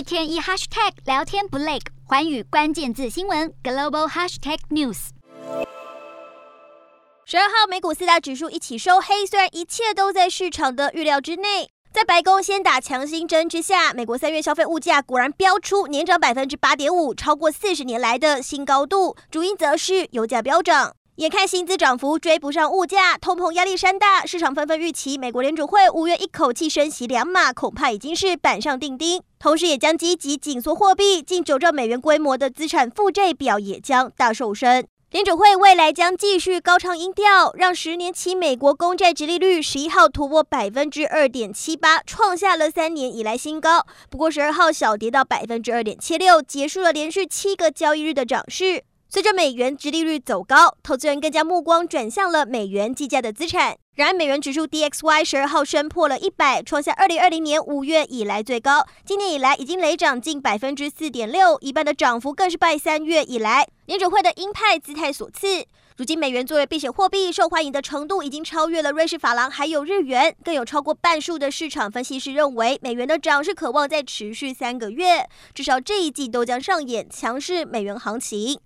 天一 hashtag 聊天不累，寰宇关键字新闻 global hashtag news。 12号美股四大指数一起收黑，虽然一切都在市场的预料之内。在白宫先打强心针之下，美国3月消费物价果然飙出年涨8.5%，超过40年来的新高度。主因则是油价飙涨。眼看薪资涨幅追不上物价，通膨压力山大，市场纷纷预期美国联储会5月一口气升息2码，恐怕已经是板上钉钉。同时也将积极紧缩货币，近9兆美元规模的资产负债表也将大受伤。联储会未来将继续高唱音调，让10年期美国公债殖利率11号突破2.78%，创下了3年以来新高。不过12号小跌到2.76%，结束了连续7个交易日的涨势。随着美元殖利率走高，投资人更将目光转向了美元计价的资产。然而，美元指数 DXY 12号升破了100，创下2020年5月以来最高。今年以来已经累涨近4.6%，一半的涨幅更是拜3月以来联储会的鹰派姿态所赐。如今，美元作为避险货币，受欢迎的程度已经超越了瑞士法郎还有日元，更有超过半数的市场分析师认为，美元的涨势可望再持续3个月，至少这一季都将上演强势美元行情。